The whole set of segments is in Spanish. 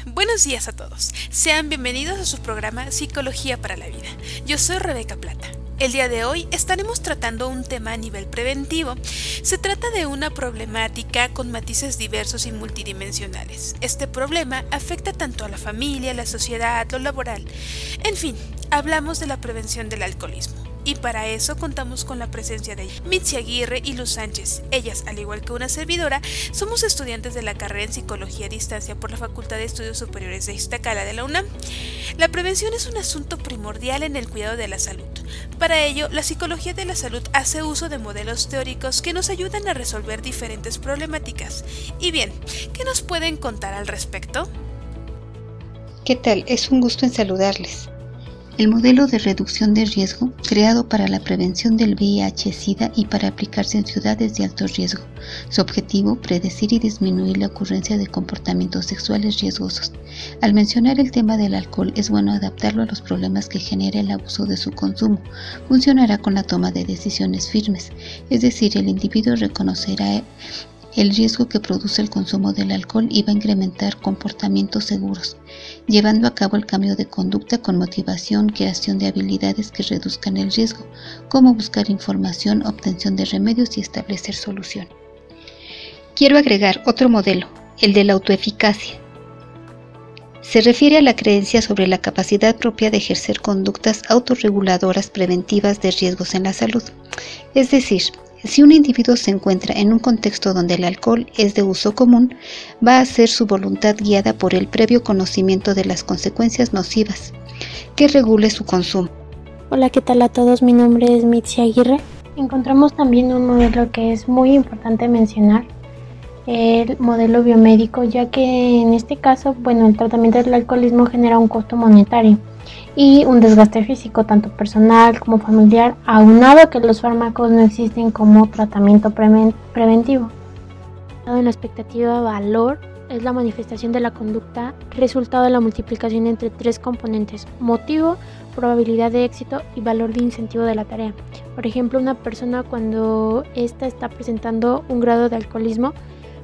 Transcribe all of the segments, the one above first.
Buenos días a todos. Sean bienvenidos a su programa Psicología para la Vida. Yo soy Rebeca Plata. El día de hoy estaremos tratando un tema a nivel preventivo. Se trata de una problemática con matices diversos y multidimensionales. Este problema afecta tanto a la familia, la sociedad, lo laboral. En fin, hablamos de la prevención del alcoholismo. Y para eso contamos con la presencia de Mitzi Aguirre y Luz Sánchez. Ellas, al igual que una servidora, somos estudiantes de la carrera en Psicología a Distancia por la Facultad de Estudios Superiores de Iztacala de la UNAM. La prevención es un asunto primordial en el cuidado de la salud. Para ello, la psicología de la salud hace uso de modelos teóricos que nos ayudan a resolver diferentes problemáticas. Y bien, ¿qué nos pueden contar al respecto? ¿Qué tal? Es un gusto en saludarles. El modelo de reducción de riesgo, creado para la prevención del VIH-Sida y para aplicarse en ciudades de alto riesgo. Su objetivo, predecir y disminuir la ocurrencia de comportamientos sexuales riesgosos. Al mencionar el tema del alcohol, es bueno adaptarlo a los problemas que genera el abuso de su consumo. Funcionará con la toma de decisiones firmes, es decir, el individuo reconocerá el riesgo que produce el consumo del alcohol y va a incrementar comportamientos seguros, llevando a cabo el cambio de conducta con motivación, creación de habilidades que reduzcan el riesgo, como buscar información, obtención de remedios y establecer solución. Quiero agregar otro modelo, el de la autoeficacia. Se refiere a la creencia sobre la capacidad propia de ejercer conductas autorreguladoras preventivas de riesgos en la salud. Es decir, si un individuo se encuentra en un contexto donde el alcohol es de uso común, va a ser su voluntad guiada por el previo conocimiento de las consecuencias nocivas, que regule su consumo. Hola, ¿qué tal a todos? Mi nombre es Mitzi Aguirre. Encontramos también un modelo que es muy importante mencionar, el modelo biomédico, ya que en este caso, el tratamiento del alcoholismo genera un costo monetario y un desgaste físico, tanto personal como familiar, aunado a que los fármacos no existen como tratamiento preventivo. En la expectativa de valor es la manifestación de la conducta, resultado de la multiplicación entre tres componentes: motivo, probabilidad de éxito y valor de incentivo de la tarea. Por ejemplo, una persona cuando ésta está presentando un grado de alcoholismo,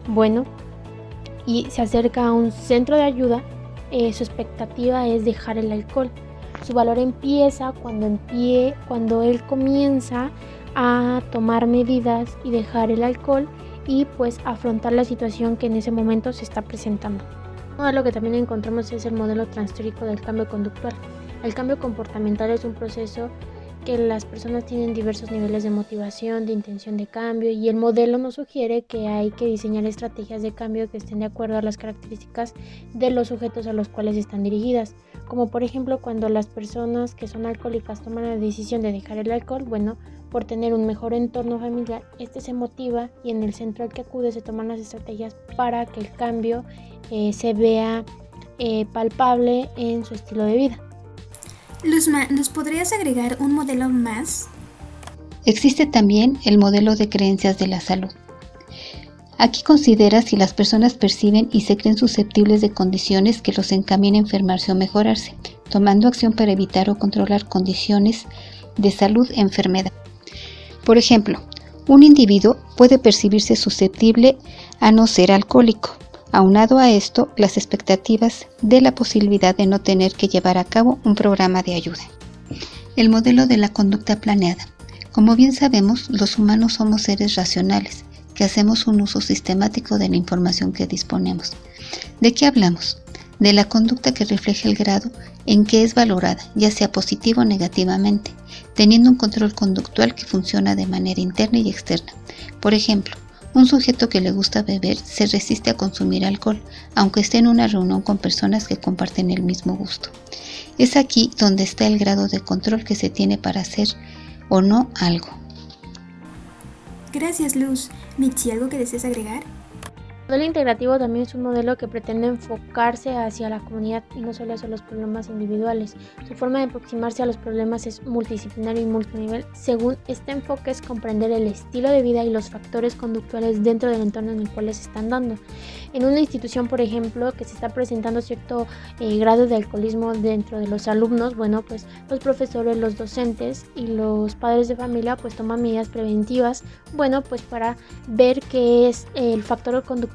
y se acerca a un centro de ayuda, su expectativa es dejar el alcohol. Su valor empieza cuando él comienza a tomar medidas y dejar el alcohol y afrontar la situación que en ese momento se está presentando. Un modelo que también encontramos es el modelo transteórico del cambio conductual. El cambio comportamental es un proceso que las personas tienen diversos niveles de motivación, de intención de cambio, y el modelo nos sugiere que hay que diseñar estrategias de cambio que estén de acuerdo a las características de los sujetos a los cuales están dirigidas, como por ejemplo cuando las personas que son alcohólicas toman la decisión de dejar el alcohol, por tener un mejor entorno familiar, se motiva y en el centro al que acude se toman las estrategias para que el cambio se vea palpable en su estilo de vida. Luzma, ¿nos podrías agregar un modelo más? Existe también el modelo de creencias de la salud. Aquí considera si las personas perciben y se creen susceptibles de condiciones que los encaminen a enfermarse o mejorarse, tomando acción para evitar o controlar condiciones de salud e enfermedad. Por ejemplo, un individuo puede percibirse susceptible a no ser alcohólico. Aunado a esto, las expectativas de la posibilidad de no tener que llevar a cabo un programa de ayuda. El modelo de la conducta planeada. Como bien sabemos, los humanos somos seres racionales, que hacemos un uso sistemático de la información que disponemos. ¿De qué hablamos? De la conducta que refleja el grado en que es valorada, ya sea positivo o negativamente, teniendo un control conductual que funciona de manera interna y externa. Por ejemplo, un sujeto que le gusta beber se resiste a consumir alcohol, aunque esté en una reunión con personas que comparten el mismo gusto. Es aquí donde está el grado de control que se tiene para hacer o no algo. Gracias, Luz. Mitzi, ¿algo que desees agregar? El modelo integrativo también es un modelo que pretende enfocarse hacia la comunidad y no solo hacia los problemas individuales. Su forma de aproximarse a los problemas es multidisciplinario y multinivel. Según este enfoque es comprender el estilo de vida y los factores conductuales dentro del entorno en el cual se están dando. En una institución, por ejemplo, que se está presentando cierto grado de alcoholismo dentro de los alumnos, los profesores, los docentes y los padres de familia toman medidas preventivas, para ver qué es el factor conductual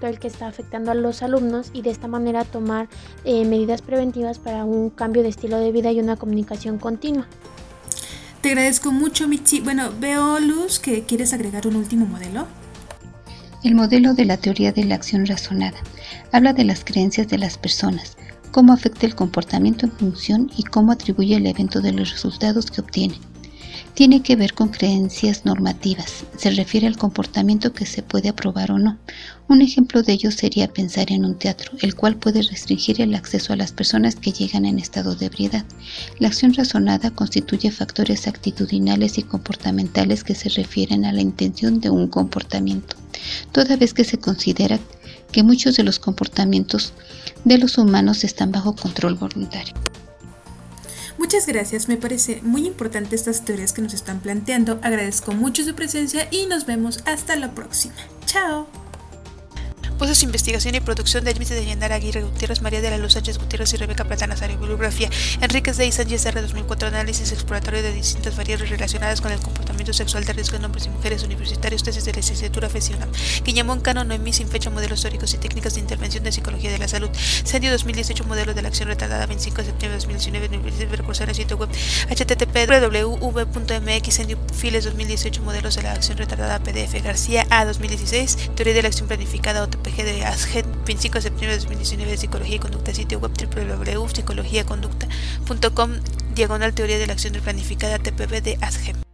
factor el que está afectando a los alumnos y de esta manera tomar medidas preventivas para un cambio de estilo de vida y una comunicación continua. Te agradezco mucho, Mitzi. Bueno, veo, Luz, que quieres agregar un último modelo. El modelo de la teoría de la acción razonada habla de las creencias de las personas, cómo afecta el comportamiento en función y cómo atribuye el evento de los resultados que obtiene. Tiene que ver con creencias normativas, se refiere al comportamiento que se puede aprobar o no. Un ejemplo de ello sería pensar en un teatro, el cual puede restringir el acceso a las personas que llegan en estado de ebriedad. La acción razonada constituye factores actitudinales y comportamentales que se refieren a la intención de un comportamiento, toda vez que se considera que muchos de los comportamientos de los humanos están bajo control voluntario. Muchas gracias, me parece muy importante estas teorías que nos están planteando. Agradezco mucho su presencia y nos vemos hasta la próxima. ¡Chao! Voces, investigación y producción de Elvis de Llenara Aguirre Gutiérrez, María de la Luz Sánchez Gutiérrez y Rebeca Plata Nazario. Bibliografía: Enríquez de Sánchez R. 2004. Análisis exploratorio de distintas variables relacionadas con el comportamiento sexual de riesgo en hombres y mujeres universitarios. Tesis de licenciatura FESIUNAM. Guillamón Cano Noemí, sin fecha, modelos teóricos y técnicas de intervención de psicología de la salud. Sendio 2018, modelo de la acción retardada, 25 de septiembre de 2019. Precursor en sitio web http://www.mx. Sendio Files 2018, modelos de la acción retardada, PDF. García A. 2016, teoría de la acción planificada, OTPG de ASGET, 25 de septiembre de 2019, Psicología y Conducta, sitio web www.psicologiaconducta.com, /teoría de la acción planificada, TPB de ASGET.